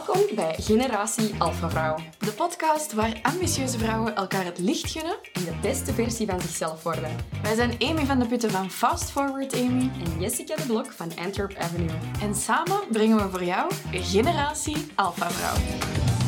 Welkom bij Generatie Alpha Vrouw. De podcast waar ambitieuze vrouwen elkaar het licht gunnen En de beste versie van zichzelf worden. Wij zijn Amy van de Putten van Fast Forward Amy. En Jessica de Blok van Antwerp Avenue. En samen brengen we voor jou Generatie Alpha Vrouw.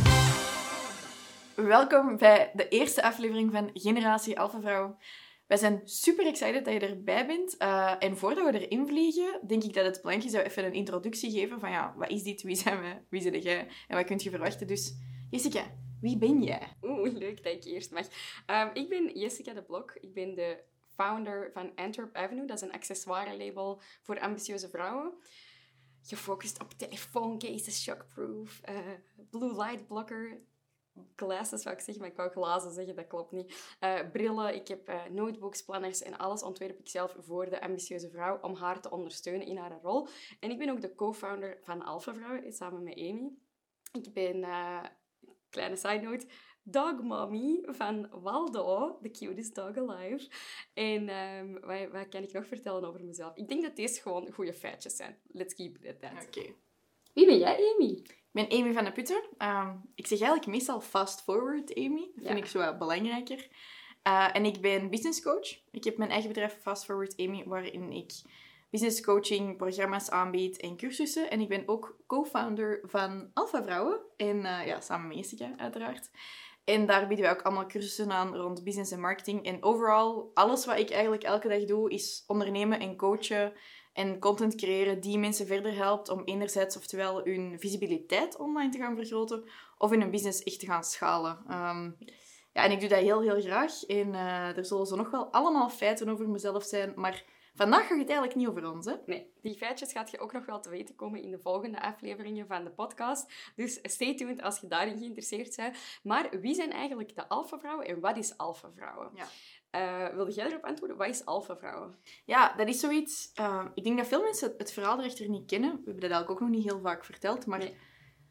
Welkom bij de eerste aflevering van Generatie Alpha Vrouw. Wij zijn super excited dat je erbij bent. En voordat we erin vliegen, denk ik dat het plankje zou even een introductie geven van ja, wat is dit, wie zijn we, wie zit jij en wat kun je verwachten. Dus Jessica, wie ben jij? Leuk dat ik eerst mag. Ik ben Jessica de Blok. Ik ben de founder van Antwerp Avenue. Dat is een accessoire-label voor ambitieuze vrouwen. Gefocust op telefooncases, shockproof, blue light blocker, glasses wou ik zeggen, maar ik wou glazen zeggen, dat klopt niet. Brillen, ik heb notebooks, planners en alles ontwerp ik zelf voor de ambitieuze vrouw om haar te ondersteunen in haar rol. En ik ben ook de co-founder van Alpha Vrouw, samen met Amy. Ik ben, kleine side note, dog mommy van Waldo, the cutest dog alive. En wat kan ik nog vertellen over mezelf? Ik denk dat deze gewoon goede feitjes zijn. Let's keep it at that. Oké. Wie ben jij, Amy? Ik ben Amy van de Putten. Ik zeg eigenlijk meestal fast forward Amy. Dat vind ik zo wat belangrijker. En ik ben business coach. Ik heb mijn eigen bedrijf Fast Forward Amy, waarin ik business coaching, programma's aanbied en cursussen. En ik ben ook co-founder van Alpha Vrouwen. En samen met Jessica, uiteraard. En daar bieden wij ook allemaal cursussen aan rond business en marketing. En overal, alles wat ik eigenlijk elke dag doe, is ondernemen en coachen en content creëren die mensen verder helpt om enerzijds oftewel hun visibiliteit online te gaan vergroten of in hun business echt te gaan schalen. En ik doe dat heel, heel graag. En er zullen zo nog wel allemaal feiten over mezelf zijn, maar vandaag gaat het eigenlijk niet over ons, hè? Nee, die feitjes gaat je ook nog wel te weten komen in de volgende afleveringen van de podcast. Dus stay tuned als je daarin geïnteresseerd bent. Maar wie zijn eigenlijk de alpha-vrouwen en wat is alpha-vrouwen? Ja. Wilde jij erop antwoorden? Wat is alpha-vrouwen? Ja, dat is zoiets... ik denk dat veel mensen het verhaal erachter niet kennen. We hebben dat eigenlijk ook nog niet heel vaak verteld, maar... Nee.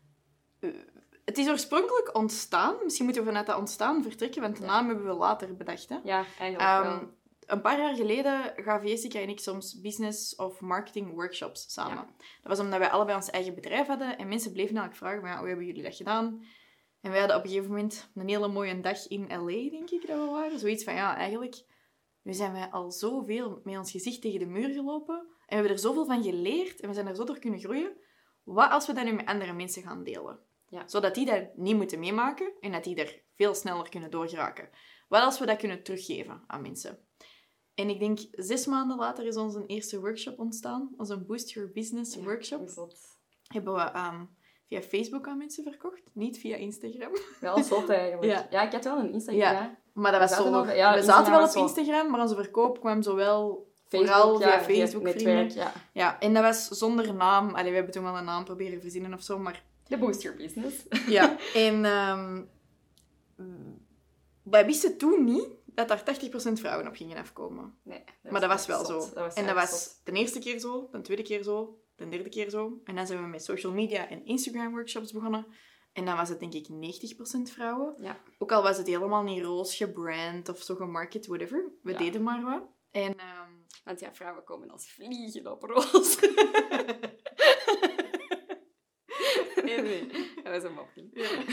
Het is oorspronkelijk ontstaan. Misschien moeten we vanuit dat ontstaan vertrekken, want de naam hebben we later bedacht, hè? Ja, eigenlijk wel. Een paar jaar geleden gaven Jessica en ik soms business of marketing workshops samen. Ja. Dat was omdat wij allebei ons eigen bedrijf hadden en mensen bleven eigenlijk vragen van, hoe hebben jullie dat gedaan? En wij hadden op een gegeven moment een hele mooie dag in LA, denk ik dat we waren. Zoiets van, eigenlijk, nu zijn wij al zoveel met ons gezicht tegen de muur gelopen en we hebben er zoveel van geleerd en we zijn er zo door kunnen groeien. Wat als we dat nu met andere mensen gaan delen? Ja. Zodat die dat niet moeten meemaken en dat die er veel sneller kunnen doorgeraken. Wat als we dat kunnen teruggeven aan mensen? En ik denk, 6 maanden later is onze eerste workshop ontstaan. Onze Boost Your Business workshop. Hebben we via Facebook aan mensen verkocht. Niet via Instagram. Wel zot eigenlijk. Ja. Ja, ik had wel een Instagram. Ja, maar dat was zo nog... Ja, we zaten wel op zo. Instagram, maar onze verkoop kwam zowel Facebook, vooral via ja, Facebook netwerk, vrienden. ja. Ja, en dat was zonder naam. Allee, we hebben toen wel een naam proberen verzinnen of zo, maar... De Boost Your Business. Ja, en wij wisten toen niet dat daar 80% vrouwen op gingen afkomen. Nee, Maar dat was wel zot. zo. Dat En dat echt was zot. de eerste keer zo, de tweede keer zo, de derde keer zo. En dan zijn we met social media en Instagram workshops begonnen. En dan was het denk ik 90% vrouwen. Ja. Ook al was het helemaal niet roos gebrand of zo gemarket, whatever. We deden maar wat. En Want ja, vrouwen komen als vliegen op roos. Nee, dat was een mopje.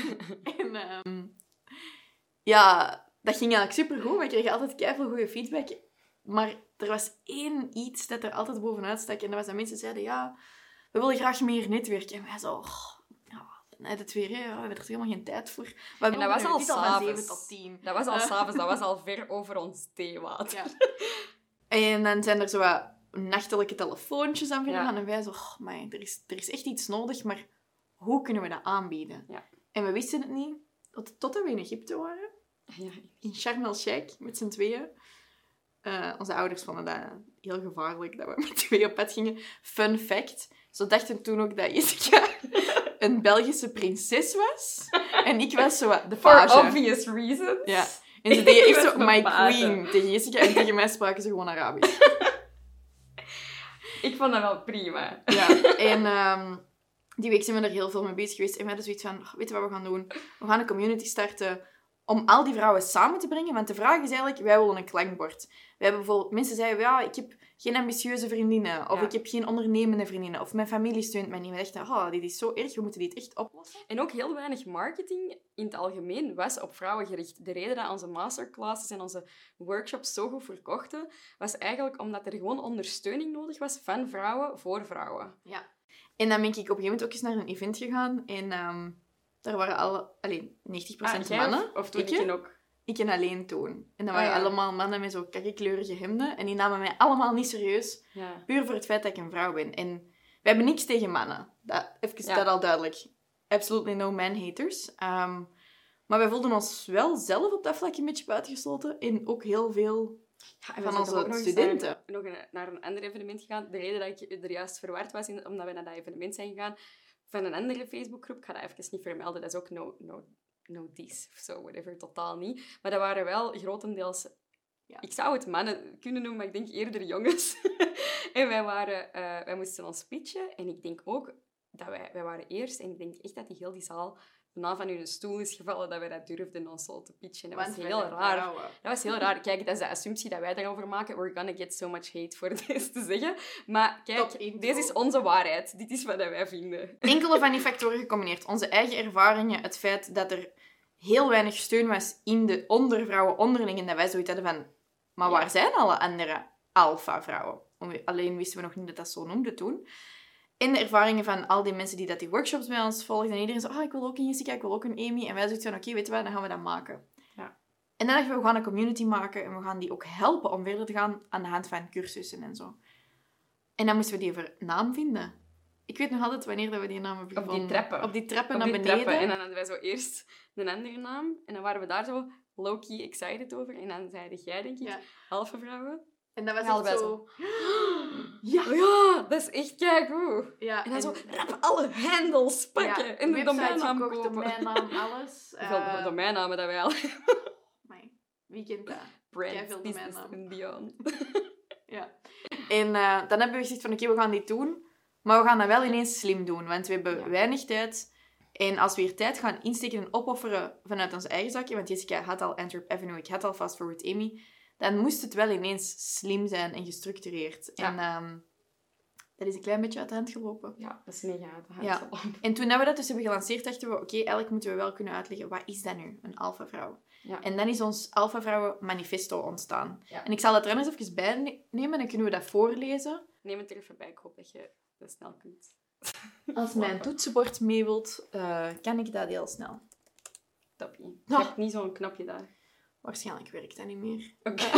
En dat ging eigenlijk supergoed. We kregen altijd keiveel goede feedback. Maar er was één iets dat er altijd bovenuit stak. En dat was dat mensen zeiden, ja, we willen graag meer netwerken. En wij zo, net het weer, hè. We hebben er helemaal geen tijd voor. Maar En dat was al van s'avonds. 7 tot 10. Dat was al s'avonds, dat was al ver over ons theewater. Ja. En dan zijn er zo wat nachtelijke telefoontjes aan Ja. gaan. En wij zo, er is echt iets nodig, maar hoe kunnen we dat aanbieden? Ja. En we wisten het niet, totdat we in Egypte waren. Ja. In Sharm el-Sheikh, met z'n tweeën. Onze ouders vonden dat heel gevaarlijk, dat we met 2 op pad gingen. Fun fact, ze dachten toen ook dat Jessica een Belgische prinses was. En ik was zo de For page. obvious reasons. Ja. En ze deden echt Ik was zo, de my page. queen, tegen Jessica. En tegen mij spraken ze gewoon Arabisch. Ik vond dat wel prima. Ja, en die week zijn we er heel veel mee bezig geweest. En we hadden zoiets van, weet je wat we gaan doen? We gaan een community starten om al die vrouwen samen te brengen. Want de vraag is eigenlijk, wij willen een klankbord. We hebben bijvoorbeeld, mensen zeiden, ja, ik heb geen ambitieuze vriendinnen. Of ik heb geen ondernemende vriendinnen. Of mijn familie steunt mij niet. We dachten, dit is zo erg, we moeten dit echt oplossen. En ook heel weinig marketing in het algemeen was op vrouwen gericht. De reden dat onze masterclasses en onze workshops zo goed verkochten, was eigenlijk omdat er gewoon ondersteuning nodig was van vrouwen voor vrouwen. Ja. En dan ben ik op een gegeven moment ook eens naar een event gegaan. En daar waren 90% mannen. Of toen ik ook... Ik en alleen toen. En dat waren allemaal mannen met zo kakkenkleurige hemden. En die namen mij allemaal niet serieus. Ja. Puur voor het feit dat ik een vrouw ben. En we hebben niks tegen mannen. Dat al duidelijk. Absolutely no man-haters. Maar wij voelden ons wel zelf op dat vlak een beetje buitengesloten. En ook heel veel van onze studenten. Nog naar een ander evenement gegaan. De reden dat ik er juist verward was, omdat we naar dat evenement zijn gegaan, van een andere Facebookgroep. Ik ga dat even niet vermelden. Dat is ook no diss of zo, whatever, totaal niet. Maar dat waren wel grotendeels... Ja. Ik zou het mannen kunnen noemen, maar ik denk eerder jongens. En wij moesten ons pitchen. En ik denk ook dat wij waren eerst. En ik denk echt dat heel die zaal vanaf van hun stoel is gevallen dat wij dat durfden ons zo te pitchen. Dat was heel raar. Dat was heel raar. Kijk, dat is de assumptie dat wij daarover maken. We're gonna get so much hate voor deze te zeggen. Maar kijk, deze is onze waarheid. Dit is wat wij vinden. Enkele van die factoren gecombineerd. Onze eigen ervaringen, het feit dat er heel weinig steun was onder vrouwen onderling. En dat wij zoiets hadden van... Maar waar zijn alle andere alpha-vrouwen? Alleen wisten we nog niet dat dat zo noemde toen. En de ervaringen van al die mensen die workshops bij ons volgden. En iedereen zei, ik wil ook een Jessica, ik wil ook een Amy. En wij zoiets van, oké, weet je wat, dan gaan we dat maken. Ja. En dan dachten we gaan een community maken. En we gaan die ook helpen om verder te gaan aan de hand van cursussen en zo. En dan moesten we die naam vinden. Ik weet nog altijd wanneer we die naam hebben gevonden. Op die treppen naar beneden. En dan hadden wij zo eerst een andere naam. En dan waren we daar zo low-key excited over. En dan zeide jij, denk ik, halve vrouwen. En dat was echt zo... Ja, dat is echt keigoed. Ja, en dan zo rap alle handles pakken. Ja, en de domeinnaam kopen. Domeinnaam, alles. Hoeveel domeinnamen dat wij al hebben. Wie kent dat? Brand, business and beyond. Ja. En dan hebben we gezegd van, oké, we gaan dit doen. Maar we gaan dat wel ineens slim doen. Want we hebben weinig tijd. En als we hier tijd gaan insteken en opofferen vanuit ons eigen zakje... Want Jessica had al Antwerp Avenue, ik had al Fast Forward Amy... Dan moest het wel ineens slim zijn en gestructureerd. Ja. En dat is een klein beetje uit de hand gelopen. Ja, dat is mega uit de hand gelopen. En toen we dat dus hebben gelanceerd, dachten we... Oké, eigenlijk moeten we wel kunnen uitleggen... Wat is dat nu, een alpha-vrouw? Ja. En dan is ons alpha-vrouwen manifesto ontstaan. Ja. En ik zal dat er anders even bijnemen. Dan kunnen we dat voorlezen. Neem het er even bij. Ik hoop dat je dat snel kunt. Als mijn toetsenbord mee wilt, kan ik dat heel snel. Toppie. Je hebt niet zo'n knopje daar. Waarschijnlijk werkt dat niet meer. Okay.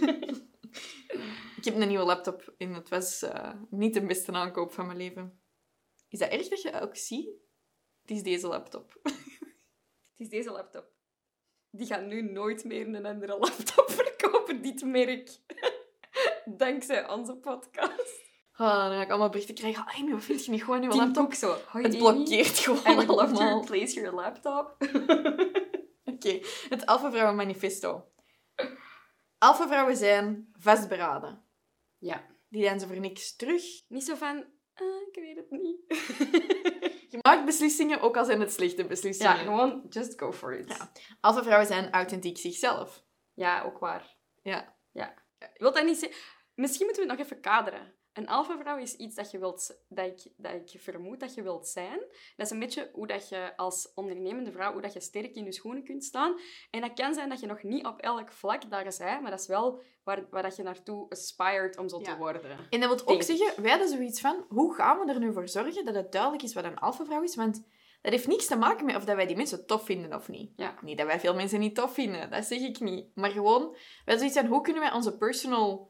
Ik heb een nieuwe laptop en het was niet de beste aankoop van mijn leven. Is dat erg dat je ook ziet? Het is deze laptop. Het is deze laptop. Die gaat nu nooit meer een andere laptop verkopen, dit merk. Dankzij onze podcast. Dan ga ik allemaal berichten krijgen. Amy, wat vind je niet gewoon nieuwe laptop? Ook zo. Het blokkeert gewoon allemaal. Replace your laptop. Oké, het Alpha-vrouwen manifesto. Alpha-vrouwen zijn vastberaden. Ja. Die zijn ze voor niks terug. Niet zo van, ik weet het niet. Je maakt beslissingen, ook al zijn het slechte beslissingen. Ja, gewoon just go for it. Ja. Alpha-vrouwen zijn authentiek zichzelf. Ja, ook waar. Ja. Ik wil dat niet zeggen. Misschien moeten we het nog even kaderen. Een alpha-vrouw is iets dat ik vermoed dat je wilt zijn. Dat is een beetje hoe dat je als ondernemende vrouw, hoe dat je sterk in je schoenen kunt staan. En dat kan zijn dat je nog niet op elk vlak daar bent, maar dat is wel waar dat je naartoe aspired om zo te worden. En dat wil ook zeggen, wij hadden zoiets van, hoe gaan we er nu voor zorgen dat het duidelijk is wat een alpha-vrouw is? Want dat heeft niks te maken met of dat wij die mensen tof vinden of niet. Ja. Niet dat wij veel mensen niet tof vinden, dat zeg ik niet. Maar gewoon, wij hadden zoiets van, hoe kunnen wij onze personal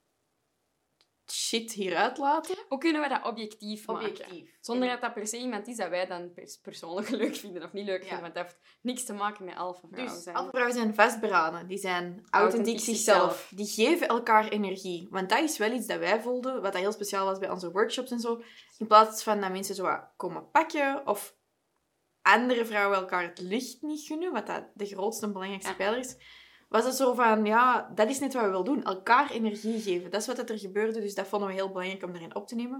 shit hieruit laten? Hoe kunnen we dat objectief maken? Zonder dat dat per se iemand is dat wij dan persoonlijk leuk vinden of niet leuk vinden. Want dat heeft niks te maken met alpha-vrouwen dus zijn. Alpha-vrouwen zijn vastberaden. Die zijn authentiek zichzelf. Die geven elkaar energie. Want dat is wel iets dat wij voelden, wat dat heel speciaal was bij onze workshops en zo. In plaats van dat mensen zo wat komen pakken of andere vrouwen elkaar het licht niet gunnen, wat dat de grootste en belangrijkste pijler is, was het zo van, ja, dat is net wat we willen doen. Elkaar energie geven. Dat is wat er gebeurde, dus dat vonden we heel belangrijk om erin op te nemen.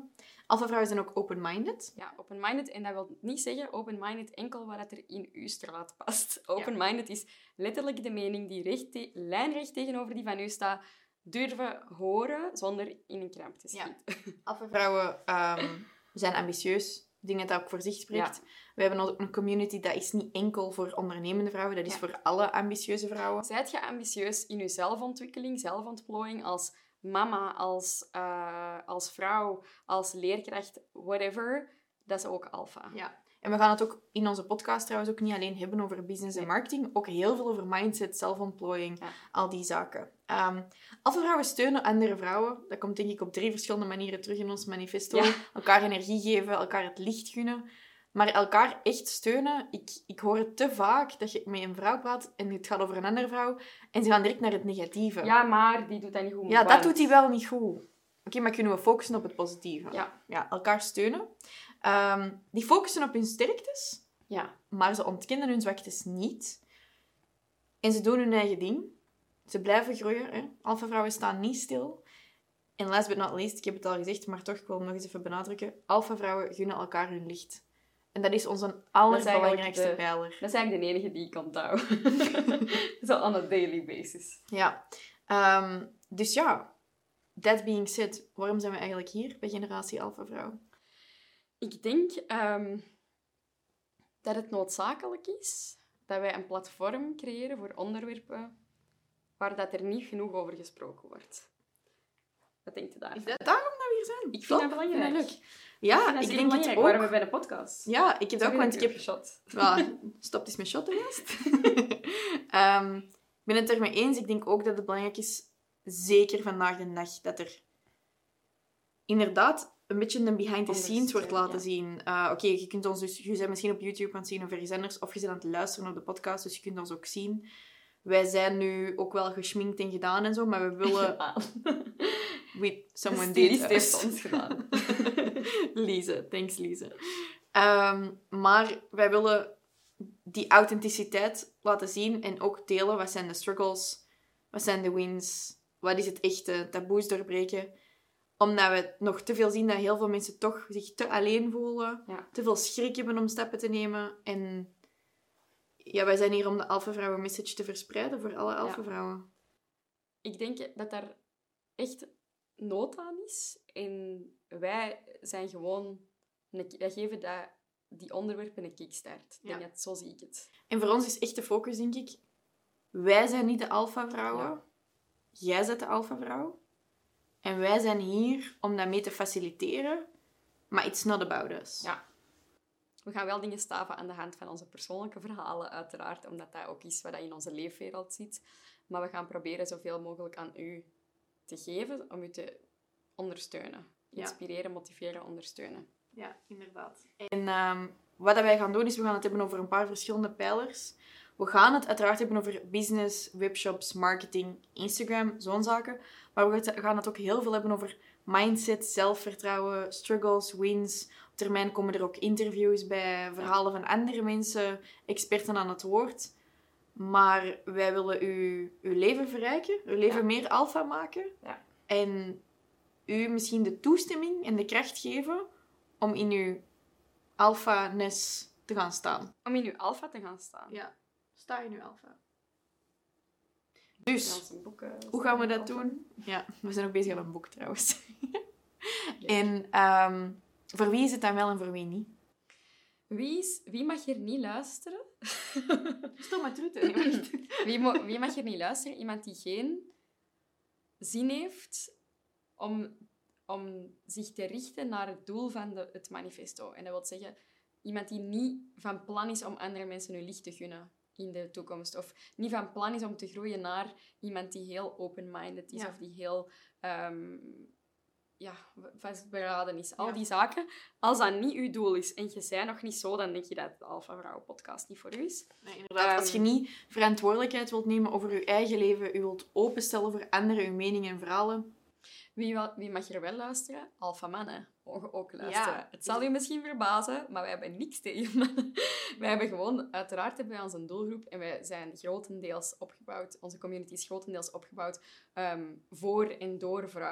Alpha-vrouwen zijn ook open-minded. Ja, open-minded. En dat wil niet zeggen open-minded enkel wat er in uw straat past. Open-minded is letterlijk de mening die lijnrecht tegenover die van u staat, durven horen zonder in een kramp te schieten. Ja. Alpha-vrouwen zijn ambitieus. Ik denk dat dat ook voor zich spreekt. Ja. We hebben ook een community dat is niet enkel voor ondernemende vrouwen. Dat is voor alle ambitieuze vrouwen. Zijt je ambitieus in je zelfontwikkeling, zelfontplooiing, als mama, als vrouw, als leerkracht, whatever, dat is ook alpha. Ja. En we gaan het ook in onze podcast trouwens ook niet alleen hebben over business en marketing. Ook heel veel over mindset, zelfontplooiing, al die zaken. Alpha-vrouwen steunen andere vrouwen. Dat komt denk ik op 3 verschillende manieren terug in ons manifesto. Ja. Elkaar energie geven, elkaar het licht gunnen. Maar elkaar echt steunen. Ik hoor het te vaak dat je met een vrouw praat en het gaat over een andere vrouw. En ze gaan direct naar het negatieve. Ja, maar die doet dat niet goed. Ja, dat doet hij wel niet goed. Oké, maar kunnen we focussen op het positieve? Ja, elkaar steunen. Die focussen op hun sterktes. Ja. Maar ze ontkennen hun zwaktes niet. En ze doen hun eigen ding. Ze blijven groeien. Hè? Alpha-vrouwen staan niet stil. En last but not least, ik heb het al gezegd, maar toch, ik wil het nog eens even benadrukken. Alpha-vrouwen gunnen elkaar hun licht. En dat is onze allerbelangrijkste pijler. Dat is eigenlijk de enige die ik onthoud. Zo on a daily basis. Ja. Dus ja, that being said, waarom zijn we eigenlijk hier bij Generatie Alpha-vrouw? Ik denk dat het noodzakelijk is dat wij een platform creëren voor onderwerpen waar dat er niet genoeg over gesproken wordt. Wat denkt u daarvan? Is dat daarom dat we hier zijn? Ik vind dat belangrijk. Leuk. Ja, ik denk het ook. Waarom we bij de podcast? Ja, ik heb het ook, want ik heb... Shot. Stop eens met shotten, gast. Ik ben het ermee eens. Ik denk ook dat het belangrijk is, zeker vandaag de dag, dat er inderdaad een beetje een behind the scenes wordt laten zien. Oké, je kunt ons dus... Je bent misschien op YouTube aan het zien of ergens anders, of je bent aan het luisteren op de podcast, dus je kunt ons ook zien. Wij zijn nu ook wel geschminkt en gedaan en zo, maar we willen... Someone did heeft ons gedaan. Lise, thanks Lise. Maar wij willen die authenticiteit laten zien en ook delen. Wat zijn de struggles? Wat zijn de wins? Wat is het echte? Taboes doorbreken. Omdat we nog te veel zien dat heel veel mensen toch zich te alleen voelen. Ja. Te veel schrik hebben om stappen te nemen. En ja, wij zijn hier om de alpha-vrouwen message te verspreiden voor alle alpha-vrouwen. Ik denk dat daar echt nood aan is. En wij zijn gewoon... Wij geven die onderwerpen een kickstart. Ik denk dat, zo zie ik het. En voor ons is echt de focus, denk ik... Wij zijn niet de alpha-vrouwen. Ja. Jij bent de alpha-vrouw. En wij zijn hier om dat mee te faciliteren. Maar it's not about us. Ja. We gaan wel dingen staven aan de hand van onze persoonlijke verhalen, uiteraard. Omdat dat ook is wat in onze leefwereld zit. Maar we gaan proberen zoveel mogelijk aan u te geven om u te ondersteunen. Inspireren, motiveren, ondersteunen. Ja, inderdaad. En wat wij gaan doen, is we gaan het hebben over een paar verschillende pijlers. We gaan het uiteraard hebben over business, webshops, marketing, Instagram, zo'n zaken. Maar we gaan het ook heel veel hebben over mindset, zelfvertrouwen, struggles, wins. Op termijn komen er ook interviews bij, verhalen van andere mensen, experten aan het woord. Maar wij willen uw leven verrijken, uw leven meer alpha maken. Ja. En u misschien de toestemming en de kracht geven om in uw alpha-ness te gaan staan. Om in uw alpha te gaan staan. Ja, sta in uw alpha. Dus, hoe gaan we dat doen? Ja, we zijn ook bezig aan een boek trouwens. En voor wie is het dan wel en voor wie niet? Wie mag hier niet luisteren? Stom maar truten. Wie mag hier niet luisteren? Iemand die geen zin heeft om zich te richten naar het doel van het manifesto. En dat wil zeggen, iemand die niet van plan is om andere mensen hun licht te gunnen in de toekomst. Of niet van plan is om te groeien naar iemand die heel open-minded is. Ja. Of die heel vastberaden is. Al die zaken. Als dat niet uw doel is en je bent nog niet zo, dan denk je dat de Alpha Vrouw podcast niet voor u is. Nee, inderdaad. Als je niet verantwoordelijkheid wilt nemen over je eigen leven, je wilt openstellen voor anderen, je meningen en verhalen. Wie mag er wel luisteren? Alpha mannen mogen ook luisteren. Ja. Het zal u misschien verbazen, maar wij hebben niks tegen mannen. Wij hebben gewoon, uiteraard hebben wij onze doelgroep en wij zijn grotendeels opgebouwd, onze community is grotendeels opgebouwd voor en door vrouwen.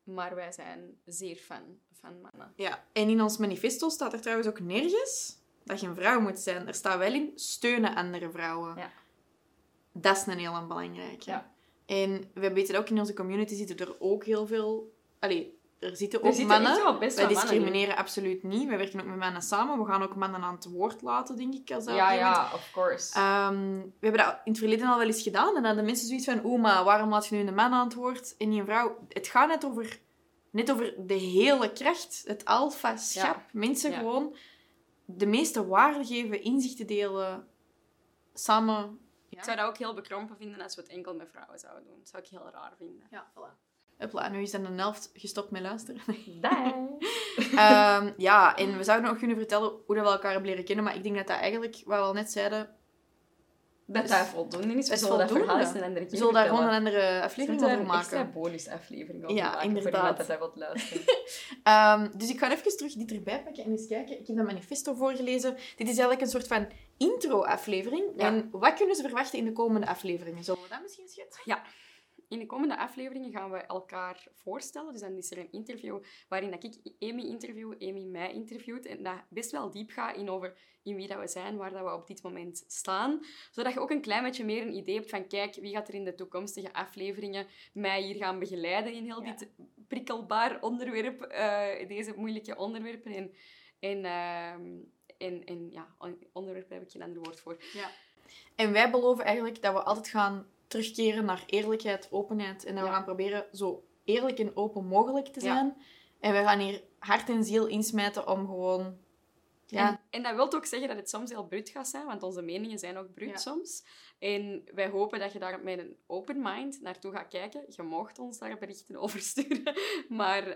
Maar wij zijn zeer fan van mannen. Ja, en in ons manifesto staat er trouwens ook nergens dat je een vrouw moet zijn. Er staat wel in, steunen andere vrouwen. Ja. Dat is een heel belangrijke. Ja. En we weten ook, in onze community zitten er ook heel veel... Allee, er zitten ook zitten mannen. echt wel best Wij wel mannen discrimineren absoluut niet. Wij werken ook met mannen samen. We gaan ook mannen aan het woord laten, denk ik. Als dat op Ja, een gegeven moment- ja, of course. We hebben dat in het verleden al wel eens gedaan. En dan hadden mensen zoiets van... maar waarom laat je nu een man aan het woord en niet een vrouw? Het gaat net over de hele kracht. Het alpha-schap. Ja. Mensen Ja. gewoon de meeste waarde geven, inzichten delen. Samen... Ik zou dat ook heel bekrompen vinden als we het enkel met vrouwen zouden doen. Dat zou ik heel raar vinden. Ja, voilà. Hopla, nu is dan een helft gestopt met luisteren. Bye! Ja, en we zouden nog kunnen vertellen hoe dat we elkaar hebben leren kennen. Maar ik denk dat dat eigenlijk, wat we al net zeiden... Dat dat voldoende is. We is zullen dat voldoende. verhaal eens een andere keer We zullen daar vertellen. gewoon een andere aflevering over Een extra maken. bonusaflevering over Ja, maken inderdaad. voor iemand dat wilt luisteren. Dus ik ga even terug dit erbij pakken en eens kijken. Ik heb dat manifesto voorgelezen. Dit is eigenlijk een soort van intro-aflevering. Ja. En wat kunnen ze verwachten in de komende afleveringen? Zullen we dat misschien schetsen? Ja. In de komende afleveringen gaan we elkaar voorstellen. Dus dan is er een interview waarin dat ik Amy interview, Amy mij interviewt. En dat best wel diep gaat in wie dat we zijn, waar dat we op dit moment staan. Zodat je ook een klein beetje meer een idee hebt van, kijk, wie gaat er in de toekomstige afleveringen mij hier gaan begeleiden in heel dit prikkelbaar onderwerp, deze moeilijke onderwerpen. En onderwerpen heb ik geen ander woord voor. Ja. En wij beloven eigenlijk dat we altijd gaan terugkeren naar eerlijkheid, openheid. En dat we gaan proberen zo eerlijk en open mogelijk te zijn. En we gaan hier hart en ziel insmijten om gewoon... Ja. En dat wil ook zeggen dat het soms heel bruut gaat zijn, want onze meningen zijn ook bruut soms. En wij hopen dat je daar met een open mind naartoe gaat kijken. Je mocht ons daar berichten over sturen. Maar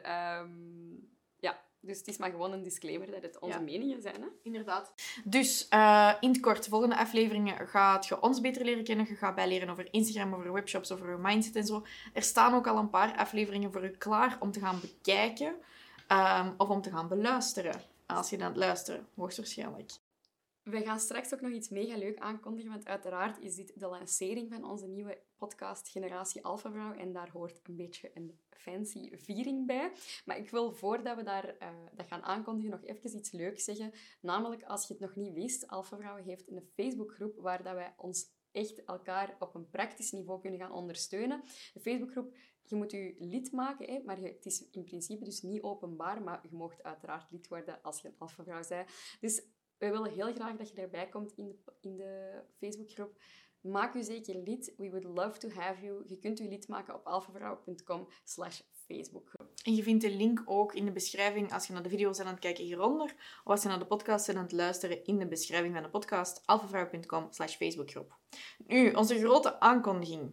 dus het is maar gewoon een disclaimer dat het onze meningen zijn. Hè? Inderdaad. Dus in het kort, volgende afleveringen gaat je ons beter leren kennen. Je gaat bijleren over Instagram, over webshops, over mindset en zo. Er staan ook al een paar afleveringen voor u klaar om te gaan bekijken. Of om te gaan beluisteren. Als je aan het luisteren, hoogstwaarschijnlijk. We gaan straks ook nog iets mega leuk aankondigen, want uiteraard is dit de lancering van onze nieuwe podcast Generatie Alpha Vrouw en daar hoort een beetje een fancy viering bij. Maar ik wil, voordat we dat gaan aankondigen, nog even iets leuks zeggen. Namelijk, als je het nog niet wist, Alpha Vrouw heeft een Facebookgroep waar dat wij ons echt elkaar op een praktisch niveau kunnen gaan ondersteunen. De Facebookgroep, je moet je lid maken, hè, maar het is in principe dus niet openbaar, maar je mag uiteraard lid worden als je een Alpha Vrouw bent. Dus wij willen heel graag dat je erbij komt in de Facebookgroep. Maak u zeker lid. We would love to have you. Je kunt u lid maken op alphavrouw.com/facebookgroep. En je vindt de link ook in de beschrijving als je naar de video's bent aan het kijken hieronder. Of als je naar de podcast bent aan het luisteren in de beschrijving van de podcast. alphavrouw.com/facebookgroep. Nu, onze grote aankondiging.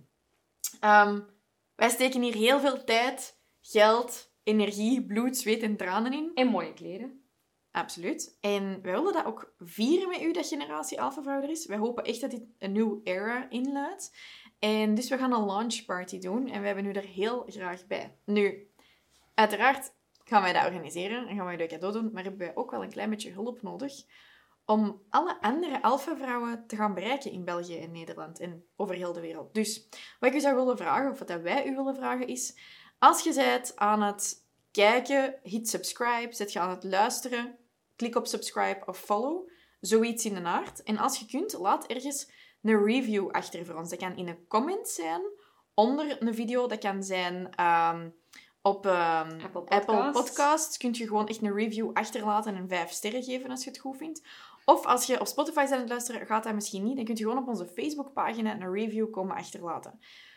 Wij steken hier heel veel tijd, geld, energie, bloed, zweet en tranen in. En mooie kleren. Absoluut. En wij willen dat ook vieren met u, dat Generatie Alpha Vrouw er is. Wij hopen echt dat dit een nieuwe era inluidt. En dus we gaan een launch party doen. En wij hebben u er heel graag bij. Nu, uiteraard gaan wij dat organiseren. En gaan wij dat cadeau doen. Maar hebben wij ook wel een klein beetje hulp nodig. Om alle andere Alpha Vrouwen te gaan bereiken in België en Nederland. En over heel de wereld. Dus wat ik u zou willen vragen, of wat wij u willen vragen, is... Als je bent aan het kijken, hit subscribe. Zet je aan het luisteren... Klik op subscribe of follow. Zoiets in de aard. En als je kunt, laat ergens een review achter voor ons. Dat kan in een comment zijn, onder een video. Dat kan zijn op Apple Podcasts. Kun je gewoon echt een review achterlaten en 5 sterren geven als je het goed vindt. Of als je op Spotify bent aan het luisteren, gaat dat misschien niet. Dan kun je gewoon op onze Facebookpagina een review komen achterlaten.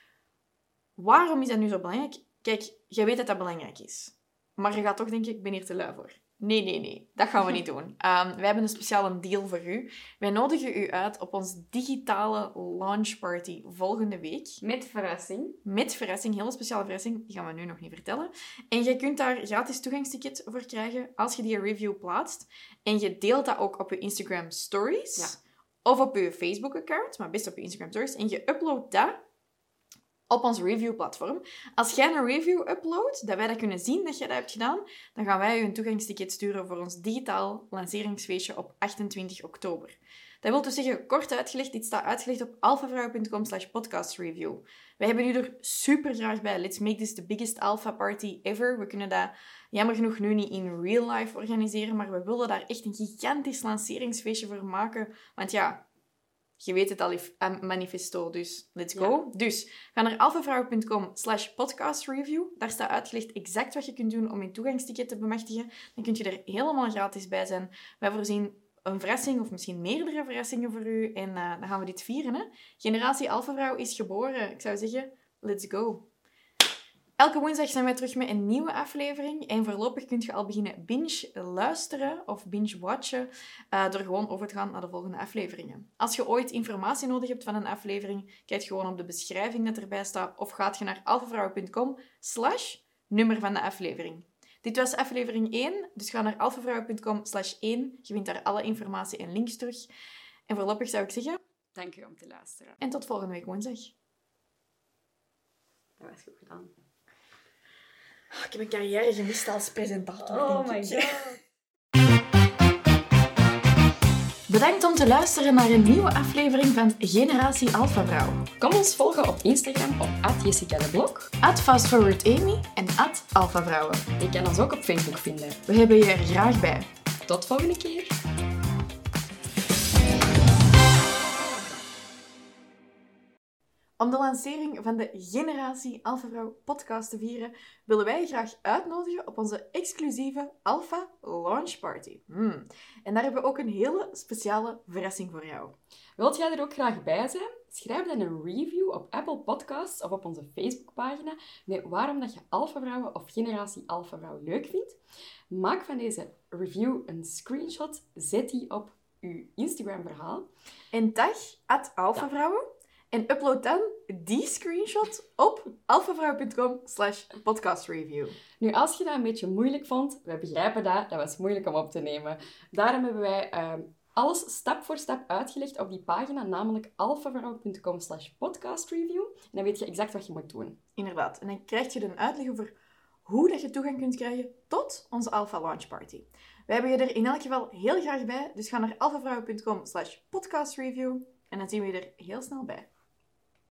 Waarom is dat nu zo belangrijk? Kijk, jij weet dat dat belangrijk is. Maar je gaat toch denken, ik ben hier te lui voor. Nee. Dat gaan we niet doen. Wij hebben een speciale deal voor u. Wij nodigen u uit op ons digitale launch party volgende week. Met verrassing. Met verrassing, heel speciale verrassing. Die gaan we nu nog niet vertellen. En je kunt daar gratis toegangsticket voor krijgen als je die review plaatst. En je deelt dat ook op je Instagram stories. Ja. Of op je Facebook account, maar best op je Instagram stories. En je uploadt dat op ons review-platform. Als jij een review uploadt, dat wij dat kunnen zien dat jij dat hebt gedaan, dan gaan wij je een toegangsticket sturen voor ons digitaal lanceringsfeestje op 28 oktober. Dat wil dus zeggen, kort uitgelegd, dit staat uitgelegd op alphavrouwen.com/podcastreview. Wij hebben u er super graag bij. Let's make this the biggest alpha party ever. We kunnen dat jammer genoeg nu niet in real life organiseren, maar we willen daar echt een gigantisch lanceringsfeestje voor maken. Want ja, je weet het al, manifesto, dus let's go. Ja. Dus ga naar alphavrouwen.com/podcastreview. Daar staat uitgelegd exact wat je kunt doen om je toegangsticket te bemachtigen. Dan kun je er helemaal gratis bij zijn. Wij voorzien een verrassing of misschien meerdere verrassingen voor u. En dan gaan we dit vieren. Hè? Generatie Alphavrouw is geboren. Ik zou zeggen, let's go. Elke woensdag zijn wij terug met een nieuwe aflevering. En voorlopig kun je al beginnen binge luisteren of binge watchen door gewoon over te gaan naar de volgende afleveringen. Als je ooit informatie nodig hebt van een aflevering, kijk gewoon op de beschrijving dat erbij staat of gaat je naar alphavrouwen.com/nummer van de aflevering. Dit was aflevering 1, dus ga naar alphavrouwen.com/1. Je vindt daar alle informatie en links terug. En voorlopig zou ik zeggen... Dank u om te luisteren. En tot volgende week woensdag. Dat was goed gedaan. Ik heb een carrière gemist als presentator. Oh my god. Bedankt om te luisteren naar een nieuwe aflevering van Generatie Alphavrouw. Kom ons volgen op Instagram op @JessicaDeBlok, @FastForwardAmy en @Alphavrouwen. Je kan ons ook op Facebook vinden. We hebben je er graag bij. Tot volgende keer. Om de lancering van de Generatie Alphavrouw podcast te vieren, willen wij je graag uitnodigen op onze exclusieve Alpha Launch Party. En daar hebben we ook een hele speciale verrassing voor jou. Wilt jij er ook graag bij zijn? Schrijf dan een review op Apple Podcasts of op onze Facebookpagina met waarom dat je Alphavrouwen of Generatie Alphavrouw leuk vindt. Maak van deze review een screenshot, zet die op uw Instagram-verhaal. En tag @Alphavrouwen. En upload dan die screenshot op alphavrouwen.com/podcastreview. Nu, als je dat een beetje moeilijk vond, we begrijpen dat was moeilijk om op te nemen. Daarom hebben wij alles stap voor stap uitgelegd op die pagina, namelijk alphavrouwen.com/podcastreview. En dan weet je exact wat je moet doen. Inderdaad. En dan krijg je een uitleg over hoe dat je toegang kunt krijgen tot onze Alpha Launch Party. Wij hebben je er in elk geval heel graag bij, dus ga naar alphavrouwen.com/podcastreview en dan zien we je er heel snel bij.